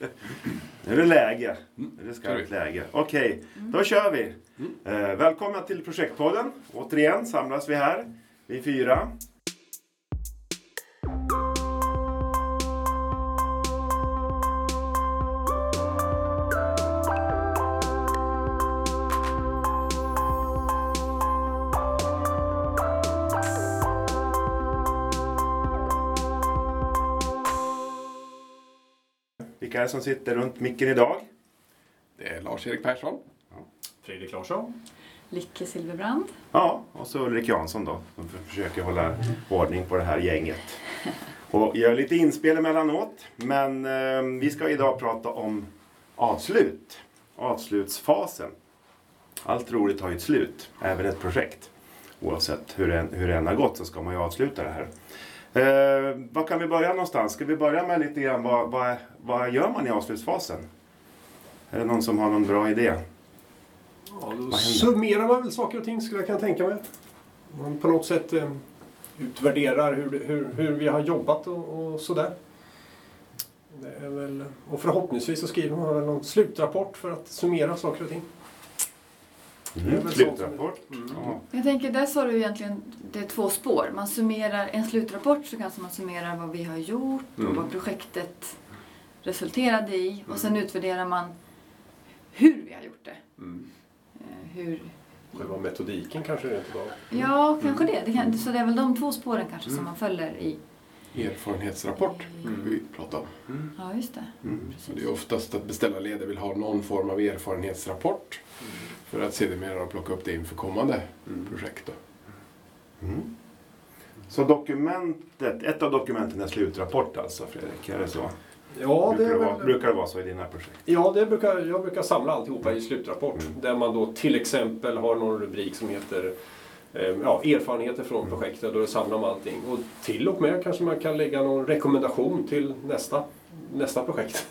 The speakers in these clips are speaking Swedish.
Nu är det läge. Det är skarpt läge. Okej, då kör vi. Välkomna till Projektpodden. Återigen samlas vi här. Vi 4. Vilka är det som sitter runt micken idag? Det är Lars-Erik Persson. Fredrik Larsson. Lycke Silverbrand. Ja, och så Ulrik Jansson då. Som försöker hålla ordning på det här gänget. Och gör lite inspel emellanåt. Men vi ska idag prata om avslut. Avslutsfasen. Allt roligt har ju ett slut. Även ett projekt. Oavsett hur det än har gått så ska man ju avsluta det här. Var kan vi börja någonstans? Ska vi börja med lite grann vad gör man i avslutsfasen? Är det någon som har någon bra idé? Ja, då summerar man väl saker och ting skulle jag kunna tänka mig. Man på något sätt utvärderar hur vi har jobbat och sådär. Det är väl, och förhoppningsvis så skriver man väl någon slutrapport för att summera saker och ting. Slutrapport. Ja. Jag tänker, där sa du egentligen, det är 2 spår. Man summerar en slutrapport, så kanske man summerar vad vi har gjort och vad projektet resulterade i. Och sen utvärderar man hur vi har gjort det. Själva metodiken kanske det inte var. Ja, kanske det. Så det är väl de 2 spåren kanske som man följer i. Erfarenhetsrapport vi pratar om. Ja, just det. Så det är oftast att beställarledare vill ha någon form av erfarenhetsrapport. För att sedermera plocka upp det inför kommande projekt. Så dokumentet, ett av dokumenten är slutrapport alltså, Fredrik, är det så? Ja, brukar det vara så i dina projekt? Ja, jag brukar samla alltihopa i slutrapport. Där man då till exempel har någon rubrik som heter erfarenheter från projektet. Då samlar man allting. Och till och med kanske man kan lägga någon rekommendation till nästa projekt.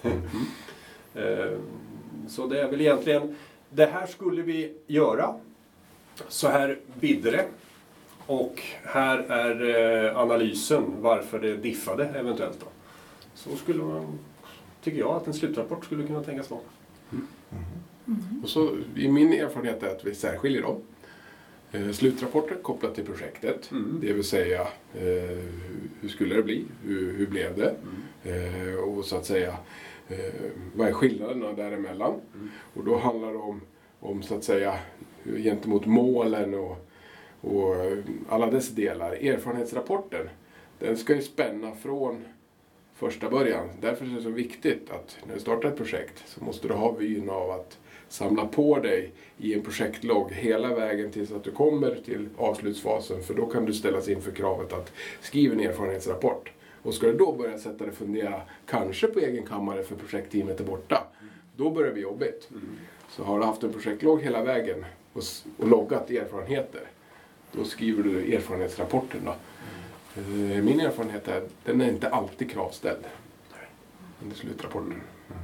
Så det är väl egentligen, det här skulle vi göra. Så här bidde det. Och här är analysen varför det diffade eventuellt då. Så skulle man, tycker jag, att en slutrapport skulle kunna tänkas vara. Och så i min erfarenhet är att vi särskiljer dem. Slutrapporter kopplat till projektet. Det vill säga hur skulle det bli? Hur blev det? Och så att säga vad är skillnaderna däremellan? Och då handlar det om så att säga gentemot målen och alla dess delar. Erfarenhetsrapporten, den ska ju spänna från första början. Därför är det så viktigt att när du startar ett projekt så måste du ha vyn av att samla på dig i en projektlogg hela vägen tills att du kommer till avslutsfasen. För då kan du ställas inför kravet att skriva en erfarenhetsrapport. Och ska du då börja sätta dig och fundera, kanske på egen kammare för projektteamet är borta, då börjar det bli jobbigt. Så har du haft en projektlogg hela vägen och loggat erfarenheter, då skriver du erfarenhetsrapporten då. Min erfarenhet är att den är inte alltid kravställd under slutrapporten.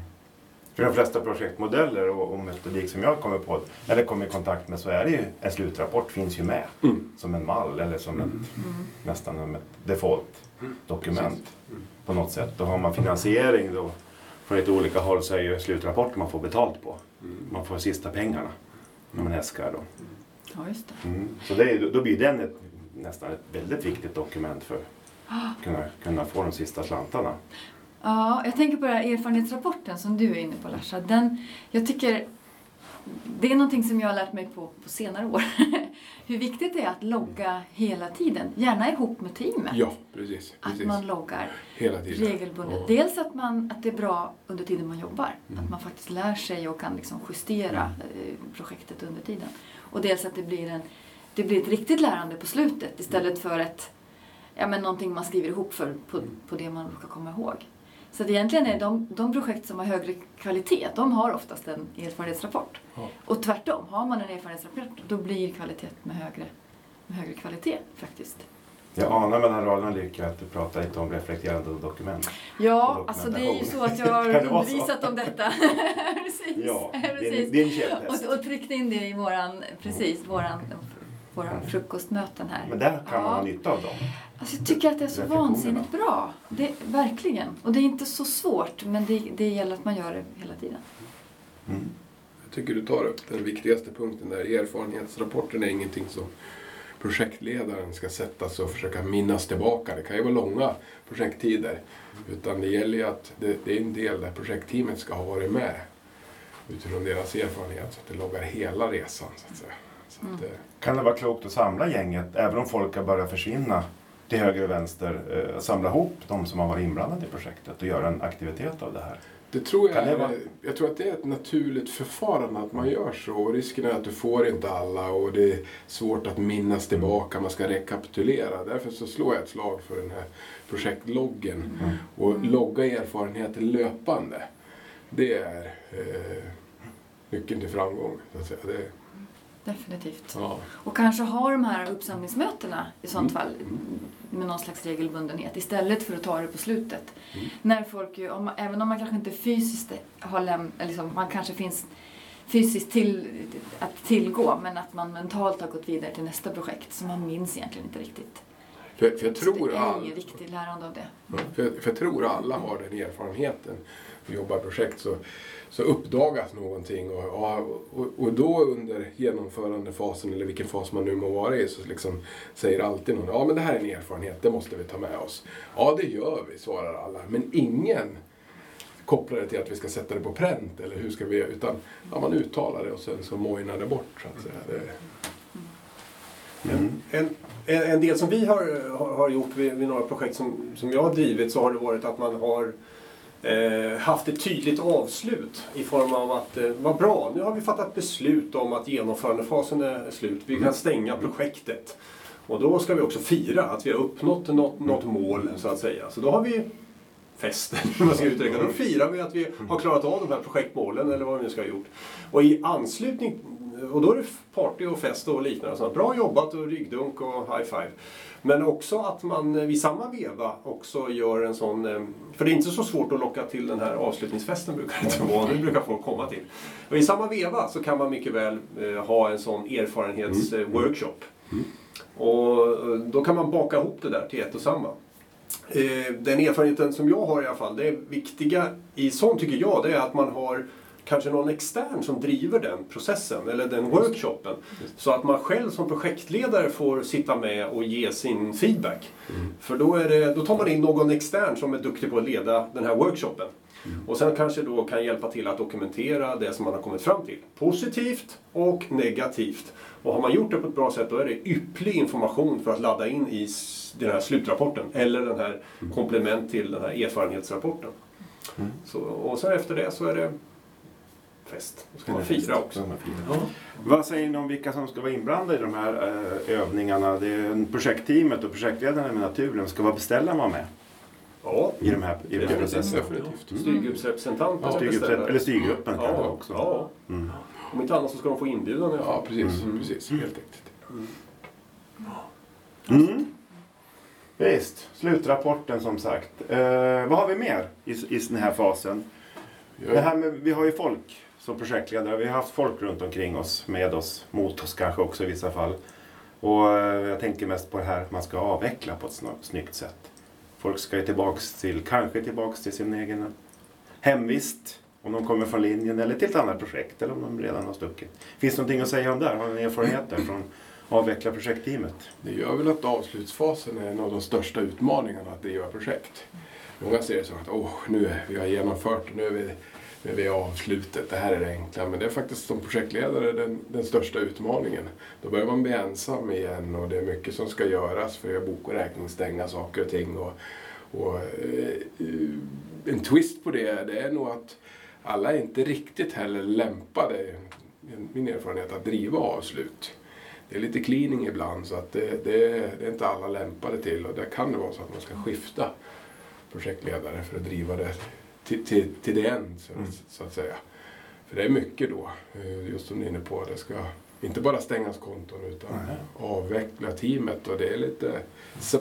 För de flesta projektmodeller och metodik som jag kommer på eller kommer i kontakt med, så är det ju en slutrapport finns ju med som en mall eller som nästan ett default dokument på något sätt. Då har man finansiering då från lite olika håll, så är ju slutrapporten man får betalt på. Man får sista pengarna när man äskar då. Ja, just det. Så då blir den nästan ett väldigt viktigt dokument för att kunna få de sista slantarna. Ja, jag tänker på den här erfarenhetsrapporten som du är inne på, Larsa. Jag tycker det är någonting som jag har lärt mig på senare år. Hur viktigt det är att logga hela tiden. Gärna ihop med teamet. Ja, precis. Att man loggar hela tiden. Regelbundet. Dels att det är bra under tiden man jobbar. Att man faktiskt lär sig och kan liksom justera projektet under tiden. Och dels att det blir ett riktigt lärande på slutet istället för någonting man skriver ihop på det man ska komma ihåg. Så att egentligen är de projekt som har högre kvalitet, de har oftast en erfarenhetsrapport. Ja. Och tvärtom, har man en erfarenhetsrapport, då blir kvalitet med högre kvalitet faktiskt. Jag anar mellan raderna, Lycka, att du pratar lite om reflekterande dokument. Ja, alltså det är ju så att jag har undervisat om detta. Precis. Ja, precis. Din käpphäst. Och tryckt in det i våran våra frukostmöten här. Men där kan man ha nytta av dem. Alltså jag tycker att det är så vansinnigt bra. Verkligen. Och det är inte så svårt, men det gäller att man gör det hela tiden. Jag tycker du tar upp den viktigaste punkten där. Erfarenhetsrapporten är ingenting som projektledaren ska sätta sig och försöka minnas tillbaka. Det kan ju vara långa projekttider. Utan det gäller ju att det är en del där projektteamet ska ha varit med utifrån deras erfarenhet. Så att det loggar hela resan så att säga. Så att, Kan det vara klokt att samla gänget, även om folk har börjat försvinna till höger och vänster, samla ihop de som har varit inblandade i projektet och göra en aktivitet av det här? Det tror jag tror att det är ett naturligt förfarande att man gör så. Och risken är att du får inte alla och det är svårt att minnas tillbaka. Man ska rekapitulera. Därför så slår jag ett slag för den här projektloggen. Och logga erfarenheter löpande. Det är nyckeln till framgång. Så att säga. Definitivt. Ja. Och kanske ha de här uppsamlingsmötena i sånt fall med någon slags regelbundenhet istället för att ta det på slutet. När folk ju, även om man kanske inte fysiskt har man kanske finns fysiskt att tillgå, men att man mentalt har gått vidare till nästa projekt som man minns egentligen inte riktigt. För jag tror det är ju riktigt lärande av det. För jag tror alla har den erfarenheten. Vi jobbar projekt så uppdagas någonting och då under genomförandefasen eller vilken fas man nu må vara i så liksom säger alltid någon, ja men det här är en erfarenhet, det måste vi ta med oss. Ja det gör vi, svarar alla. Men ingen kopplar det till att vi ska sätta det på pränt eller hur ska vi göra, utan man uttalar det och sen så mojnar det bort så att säga. En del som vi har gjort vid några projekt som jag har drivit, så har det varit att man har haft ett tydligt avslut i form av att vad bra, nu har vi fattat beslut om att genomförandefasen är slut. Vi kan stänga projektet. Och då ska vi också fira att vi har uppnått något mål så att säga. Så då har vi festen, man ska uttrycka. Då firar vi att vi har klarat av de här projektmålen eller vad vi nu ska ha gjort. Och i anslutning, och då är det party och fest och liknande. Så bra jobbat och ryggdunk och high five. Men också att man vid samma veva också gör en sån, för det är inte så svårt att locka till den här avslutningsfesten brukar det inte vara, det brukar folk komma till. Och i samma veva så kan man mycket väl ha en sån erfarenhetsworkshop. Och då kan man baka ihop det där till ett och samma. Den erfarenheten som jag har i alla fall, det är viktiga i sånt tycker jag, det är att man har kanske någon extern som driver den processen eller den workshopen. Så att man själv som projektledare får sitta med och ge sin feedback. För då tar man in någon extern som är duktig på att leda den här workshopen. Och sen kanske då kan hjälpa till att dokumentera det som man har kommit fram till. Positivt och negativt. Och har man gjort det på ett bra sätt, då är det ypplig information för att ladda in i den här slutrapporten. Eller den här komplement till den här erfarenhetsrapporten. Så, och sen efter det så är det fest. Då ska man fira också. Vad säger ni om vilka som ska vara inblandade i de här övningarna? Det är projektteamet och projektledarna med naturen. Ska vara beställare med? Ja, i de här processerna. Definitivt. Styrgruppsrepresentanter. Eller styrgruppen kan det också. Ja. Om inte annat så ska de få inbjudan. Ja, precis. Helt enkelt. Visst, slutrapporten som sagt. Vad har vi mer i den här fasen? Det här med, vi har ju folk som projektledare. Vi har haft folk runt omkring oss, med oss, mot oss kanske också i vissa fall. Och jag tänker mest på det här att man ska avveckla på ett snyggt sätt. Folk ska ju kanske tillbaks till sin egen hemvist. Om de kommer från linjen eller till ett annat projekt. Eller om de redan har stuckit. Finns det någonting att säga om det? Har ni erfarenheter från avveckla projektteamet? Det gör väl att avslutsfasen är en av de största utmaningarna att driva projekt. Många ser det som att vi har genomfört, nu är vi avslutet, det här är det enkla. Men det är faktiskt som projektledare den största utmaningen. Då börjar man bli ensam igen och det är mycket som ska göras för att bok och räkningsstänga saker och ting. Och en twist på det är nog att alla är inte riktigt heller lämpade, min erfarenhet, att driva avslut. Det är lite cleaning ibland så att det är inte alla lämpade till, och där kan det vara så att man ska skifta projektledare för att driva det till det end så att säga. För det är mycket då, just som ni är inne på, det ska inte bara stängas konton utan avveckla teamet, och det är lite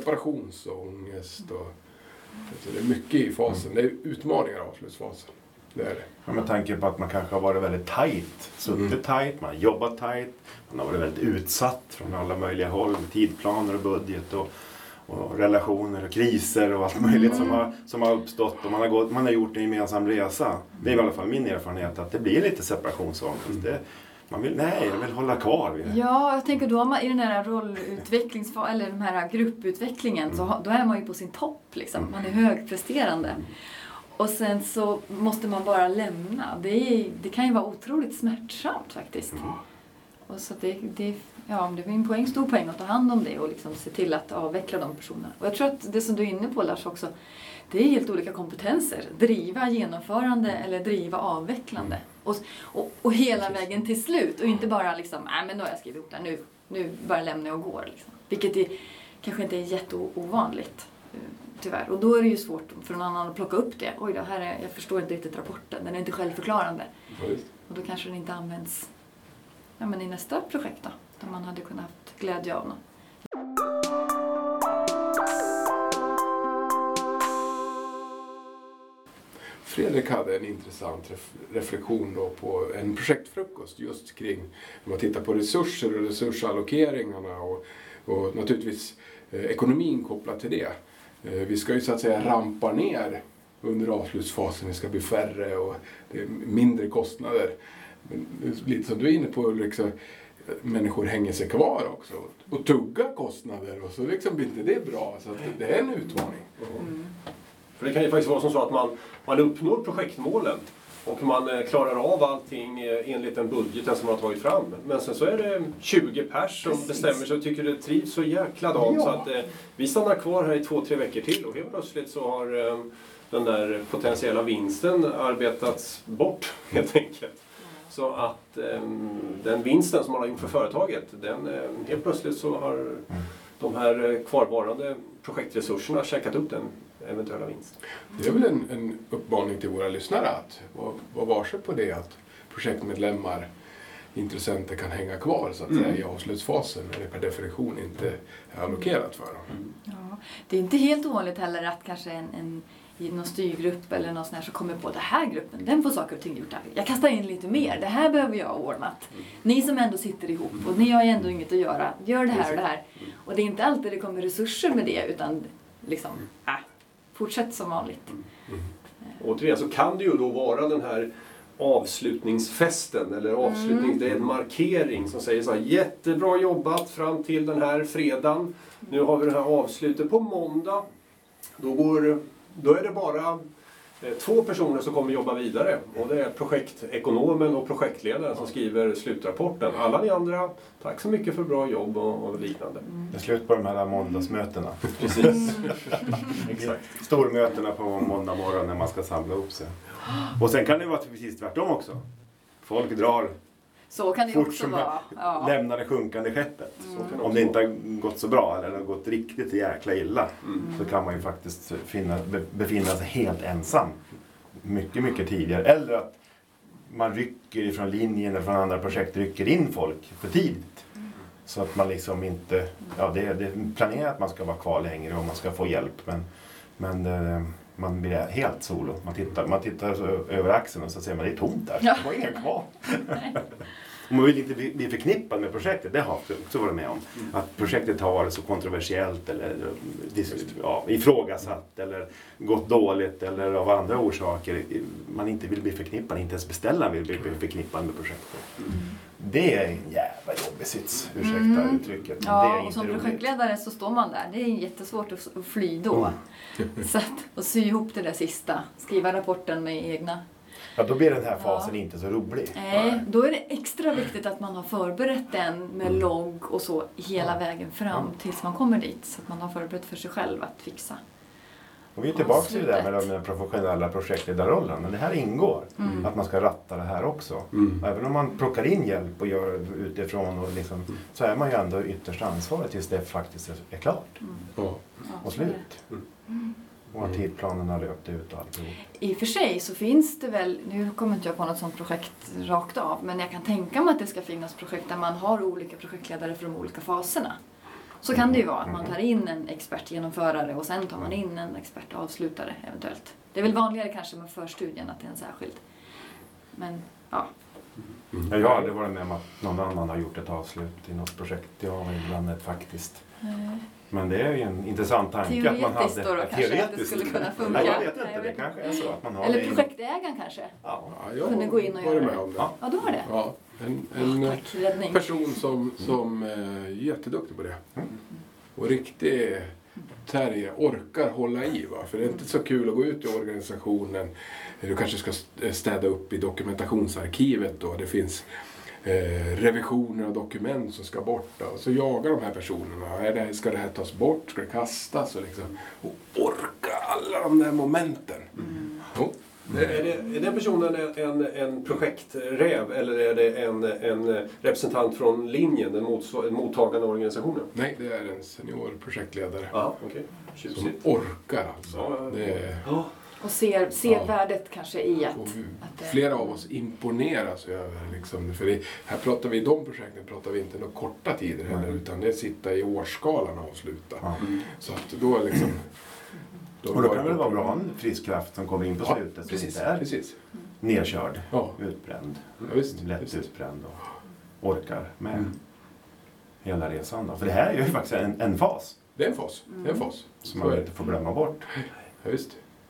separationsångest och så det är mycket i fasen. Det är utmaningar i avslutsfasen. Det är det. Ja, med tanke på att man kanske har varit väldigt tajt, suttit tajt, man har jobbat tajt, man har varit väldigt utsatt från alla möjliga håll med tidplaner och budget och relationer och kriser och allt möjligt som har uppstått och man har gjort en gemensam resa. Det är i alla fall min erfarenhet att det blir lite separationsångest. Jag vill hålla kvar. Ja, jag tänker då man, i den här eller den här grupputvecklingen så då är man ju på sin topp liksom. Man är högpresterande. Och sen så måste man bara lämna. Det kan ju vara otroligt smärtsamt faktiskt. Och så det är en stor poäng att ta hand om det och liksom se till att avveckla de personerna. Och jag tror att det som du är inne på Lars också, det är helt olika kompetenser. Driva genomförande eller driva avvecklande. Och hela vägen till slut. Och inte bara liksom, men nu har jag skrivit upp det, nu bara lämnar jag och går. Liksom. Vilket kanske inte är jätteovanligt. Tyvärr. Och då är det ju svårt för någon annan att plocka upp det. Oj, jag förstår inte riktigt rapporten. Den är inte självförklarande. Och då kanske den inte används i nästa projekt då. Där man hade kunnat haft glädje av något. Fredrik hade en intressant reflektion då på en projektfrukost just kring när man tittar på resurser och resursallokeringarna och naturligtvis ekonomin kopplat till det. Vi ska ju så att säga rampa ner under avslutsfasen, det ska bli färre och det är mindre kostnader. Men lite som du är inne på, liksom, människor hänger sig kvar också och tuggar kostnader och så liksom blir inte det bra. Så att det är en utmaning. För det kan ju faktiskt vara som så att man uppnår projektmålen och man klarar av allting enligt den budgeten som man har tagit fram. Men sen så är det 20 pers som bestämmer sig och tycker det trivs så jäkla dant så att vi stannar kvar här i 2-3 veckor till och helt plötsligt så har den där potentiella vinsten arbetats bort helt enkelt. Så att den vinsten som man har gjort för företaget, den helt plötsligt så har de här kvarvarande projektresurserna käkat upp den eventuella vinsten. Det är väl en uppmaning till våra lyssnare att vara varse på det, att projektmedlemmar, intressenter kan hänga kvar så att säga i avslutsfasen när det per definition inte är allokerat för dem. Ja, det är inte helt ovanligt heller att kanske i någon styrgrupp eller någon sån här så kommer på den här gruppen, den får saker och ting gjort. Jag kastar in lite mer, det här behöver jag ha ordnat. Ni som ändå sitter ihop och ni har ju ändå inget att göra, gör det här och det här. Och det är inte alltid det kommer resurser med det utan liksom, fortsätt som vanligt. Återigen så kan det ju då vara den här avslutningsfesten eller det är en markering som säger så här: jättebra jobbat fram till den här fredagen. Nu har vi det här avslutet på måndag. Då är det bara 2 personer som kommer jobba vidare och det är projektekonomen och projektledaren som skriver slutrapporten. Alla ni andra, tack så mycket för bra jobb och liknande. Det är slut på de här måndagsmötena. Precis. Exakt. Stormötena på måndag morgon när man ska samla ihop sig. Och sen kan det vara precis tvärtom också. Folk drar så kan det fort också som vara. lämnar det sjunkande skeppet. Om det inte har gått så bra eller har gått riktigt jäkla illa så kan man ju faktiskt befinna sig helt ensam mycket, mycket tidigare. Eller att man rycker ifrån linjen eller från andra projekt rycker in folk för tidigt. Så att man liksom inte, det är planerat att man ska vara kvar längre och man ska få hjälp. Men man blir helt solo. Man tittar så över axeln och så ser man det är tomt där. Det var ingen kvar. Och man vill inte bli förknippad med projektet. Det har jag också varit med om. Att projektet har varit så kontroversiellt eller ifrågasatt eller gått dåligt eller av andra orsaker. Man inte vill bli förknippad, inte ens beställaren vill bli förknippad med projektet. Det är en jävla jobbig sits, ursäkta uttrycket. Ja, det är inte och som roligt. projektledare så står man där. Det är jättesvårt att fly då. Så att sy ihop det där sista. Skriva rapporten med egna. Ja, då blir den här fasen inte så rolig. Nej, då är det extra viktigt att man har förberett den med logg och så hela vägen fram tills man kommer dit. Så att man har förberett för sig själv att fixa. Och vi är tillbaka till det där med den professionella projektledarrollen. Men det här ingår. Att man ska ratta det här också. Även om man plockar in hjälp och gör utifrån och liksom, så är man ju ändå ytterst ansvarig tills det faktiskt är klart. Och slut. Och tidplanen har löpt ut och alltihop. I och för sig så finns det väl, nu kommer inte jag på något sånt projekt rakt av, men jag kan tänka mig att det ska finnas projekt där man har olika projektledare för de olika faserna. Så kan det ju vara att man tar in en expertgenomförare och sen tar man in en expertavslutare eventuellt. Det är väl vanligare kanske med förstudien att det är en särskild. Men ja. Jag har aldrig varit med om att någon annan har gjort ett avslut i något projekt. Jag var inblandad faktiskt. Men det är ju en intressant tanke att man hade... Teoretiskt då kanske att det skulle kunna funka. Nej, jag vet inte. Det kanske är så att man har... Eller projektägaren kanske. Ja, jag kunde gå in och göra med om det. Ja, du har det. Ja, en person som är jätteduktig på det. Och riktigt terrier orkar hålla i. Va? För det är inte så kul att gå ut i organisationen. Du kanske ska städa upp i dokumentationsarkivet då. Det finns revisioner av dokument som ska bort. Och så jagar de här personerna. Ska det här tas bort? Ska det kastas? Och, liksom, och orka alla de där momenten. Är den personen en projekträv eller är det en representant från linjen, den mottagande organisationen? Nej, det är en senior projektledare. Ja, okej. Som orkar alltså. Ja. Det, och ser värdet kanske i att flera av oss imponeras över liksom, för här pratar vi i de projekten pratar vi inte några korta tider heller, utan det sitta i årsskalan och avsluta. Så att då liksom... Och då kan det vara bra en frisk kraft som kommer in på slutet som inte är nedkörd, utbränd, lätt utbränd och orkar med hela resan. Då. För det här är ju faktiskt en fas. Det är en fas. Det är en fas. Som man inte får glömma bort. Ja, visst.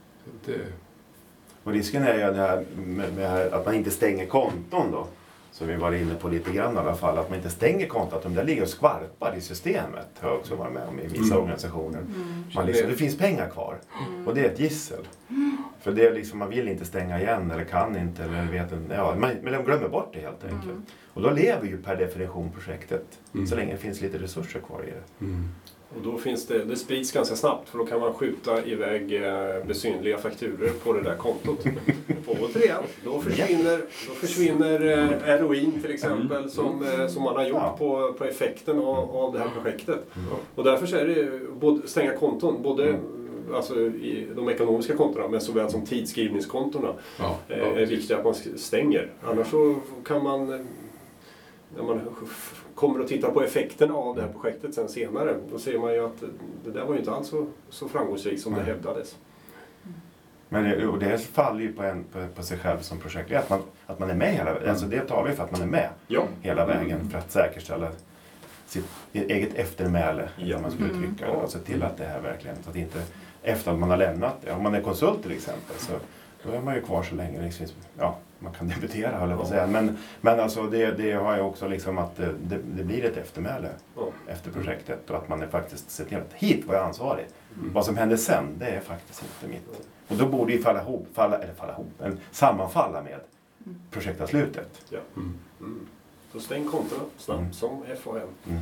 Och risken är ju det här med att man inte stänger konton då. Som vi var inne på lite grann i alla fall. Att man inte stänger kontot. De där ligger och skvarpar i systemet. Har jag också varit med om i vissa organisationer. Man liksom, det finns pengar kvar. Och det är ett gissel. För det är liksom, man vill inte stänga igen eller kan inte. Eller vet inte, men de glömmer bort det helt enkelt. Och då lever ju per definition projektet. Så länge det finns lite resurser kvar i det. Och då finns det sprids ganska snabbt för då kan man skjuta iväg besynliga fakturer på det där kontot. Och återigen, då försvinner heroin till exempel som man har gjort på effekten av det här projektet. Och därför så är det både stänga konton, både alltså i de ekonomiska kontona men såväl som tidsskrivningskontona är viktigt att man stänger. Annars så kan man, när man kommer att titta på effekten av det här projektet sen senare, då ser man ju att det där var ju inte alls så framgångsrikt som det hävdades. Men det faller ju på sig själv som projektledare, att man är med hela vägen. Alltså det tar vi för att man är med hela vägen för att säkerställa sitt eget eftermäle, om man skulle trycka och se till att det här verkligen, så att inte efter att man har lämnat det, om man är konsult till exempel, så då är man ju kvar så länge liksom, man kan debutera höll jag på att säga. Men alltså det har ju också liksom att det blir ett eftermäle efter projektet och att man är faktiskt sett till att hit var jag ansvarig. Vad som händer sen, det är faktiskt inte mitt. Och då borde ju sammanfalla med projektavslutet. Ja. Så stäng kontona snabbt som FAM.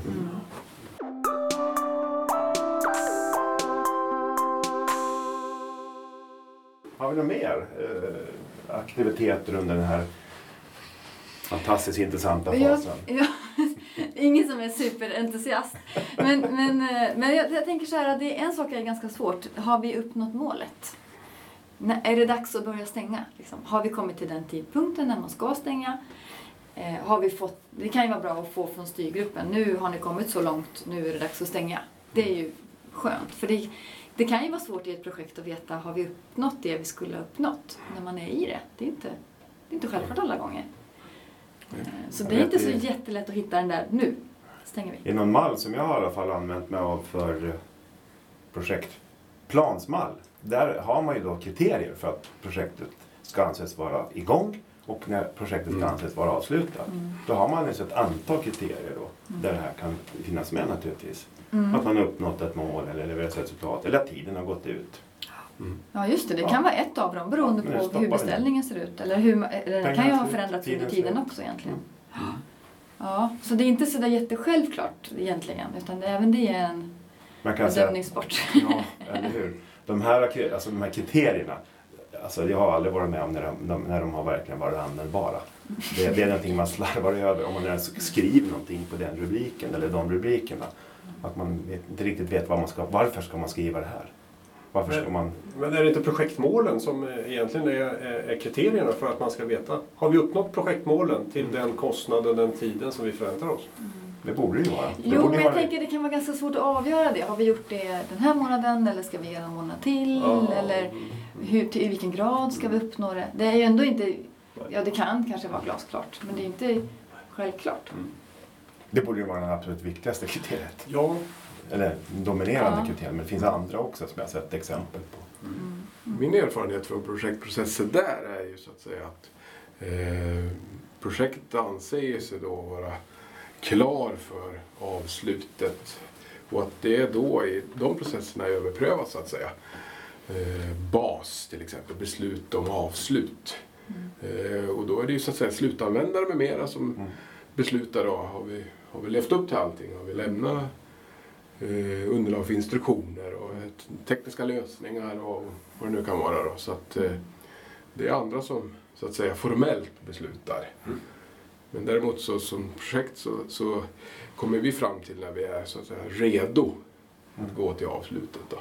Har vi några mer aktiviteter under den här fantastiskt intressanta fasen? Ingen som är superentusiast. Men jag tänker så här att det är en sak är ganska svårt. Har vi uppnått målet? Är det dags att börja stänga? Liksom? Har vi kommit till den tidpunkten när man ska stänga? Har vi fått, det kan ju vara bra att få från styrgruppen. Nu har ni kommit så långt, nu är det dags att stänga. Det är ju skönt. För det kan ju vara svårt i ett projekt att veta, har vi uppnått det vi skulle ha uppnått när man är i det? Det är inte självklart alla gånger. Så det är inte så jättelätt att hitta den där, nu stänger vi. I någon mall som jag har i alla fall använt mig av för projektplansmall. Där har man ju då kriterier för att projektet ska anses vara igång och när projektet ska anses vara avslutat. Då har man ett antal kriterier då, där det här kan finnas med naturligtvis. Att man har uppnått ett mål eller levererat resultat eller att tiden har gått ut. Ja just det, det kan vara ett av dem beroende på hur beställningen ser ut. Eller det kan ju ha förändrats under tiden också egentligen. Ja, så det är inte så där jättesjälvklart egentligen, utan även det är en bedömningssport. Ja, eller hur. De här kriterierna, alltså jag har aldrig varit med om när de har verkligen varit användbara. Det är någonting man slarvar över om man skriver någonting på den rubriken eller de rubrikerna. Att man inte riktigt vet varför ska man skriva det här. Men är det inte projektmålen som egentligen är kriterierna för att man ska veta? Har vi uppnått projektmålen till den kostnaden, den tiden som vi förväntar oss? Det borde det ju vara. Jo, men jag tänker det kan vara ganska svårt att avgöra det. Har vi gjort det den här månaden eller ska vi göra en månad till? Eller i vilken grad ska vi uppnå det? Det är ju ändå inte, ja det kan kanske vara glasklart, men det är inte självklart. Det borde ju vara den absolut viktigaste kriteriet. Ja. Eller dominerande kriteriet, men det finns andra också som jag har sett exempel på. Min erfarenhet från projektprocessen där är ju så att säga att projektet anser sig då vara klar för avslutet och att det då i de processerna överprövas så att säga. Bas till exempel, beslut om avslut. Och då är det ju så att säga slutanvändare med mera som beslutar då, har vi levt upp till allting? Har vi lämnat underlag för instruktioner och tekniska lösningar och vad det nu kan vara då. Så att det är andra som så att säga formellt beslutar. Men däremot så som projekt så kommer vi fram till när vi är så att säga redo att gå till avslutet då.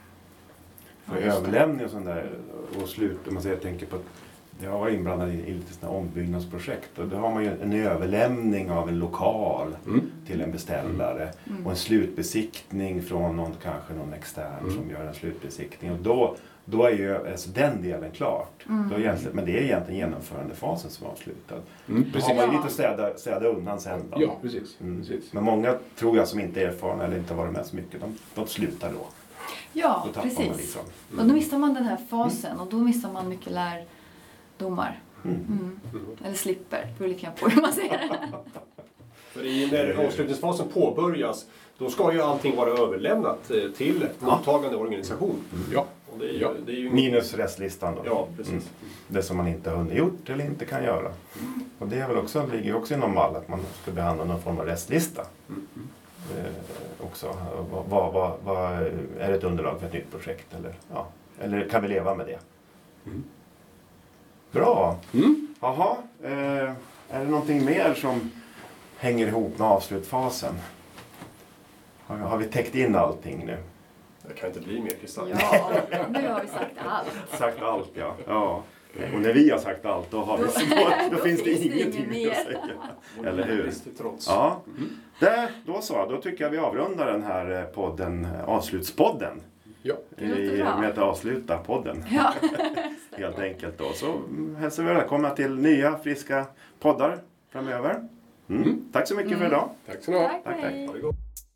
För överlämning och sånt där och slut, om man säger, jag tänker på att jag har varit inblandad i lite sådana ombyggnadsprojekt och då har man ju en överlämning av en lokal till en beställare och en slutbesiktning från kanske någon extern som gör en slutbesiktning och då är ju alltså den delen klart. Men det är egentligen genomförandefasen som är avslutad. Då har man ju lite att städa undan sen då. Ja, precis. Men många tror jag som inte är erfarna eller inte har varit med så mycket, de slutar då. Ja, Då precis. Liksom. Och då missar man den här fasen och då missar man mycket lärdomar. Eller slipper, det beror lite på hur man ser det. För när avslutningsfasen påbörjas, då ska ju allting vara överlämnat till mottagande organisation. Ja. Och det är ju Minus restlistan då. Ja, precis. Det som man inte har hunnit gjort eller inte kan göra. Och det är väl också, ligger också inom mall att man ska behandla någon form av restlista. Också. Vad är ett underlag för ett nytt projekt? Eller kan vi leva med det? Bra! Jaha, är det någonting mer som hänger ihop med avslutfasen? Har vi täckt in allting nu? Det kan inte bli mer kristall. Ja, nu har vi sagt allt. Sagt allt, ja. Och när vi har sagt allt, då finns det ingenting mer att säga. Eller hur? Ja. Då tycker jag vi avrundar den här podden, avslutspodden. Ja. Med att avsluta podden. Ja. Helt enkelt då. Så hälsar vi välkomna till nya friska poddar framöver. Tack så mycket för idag. Tack så mycket. Tack. Tack.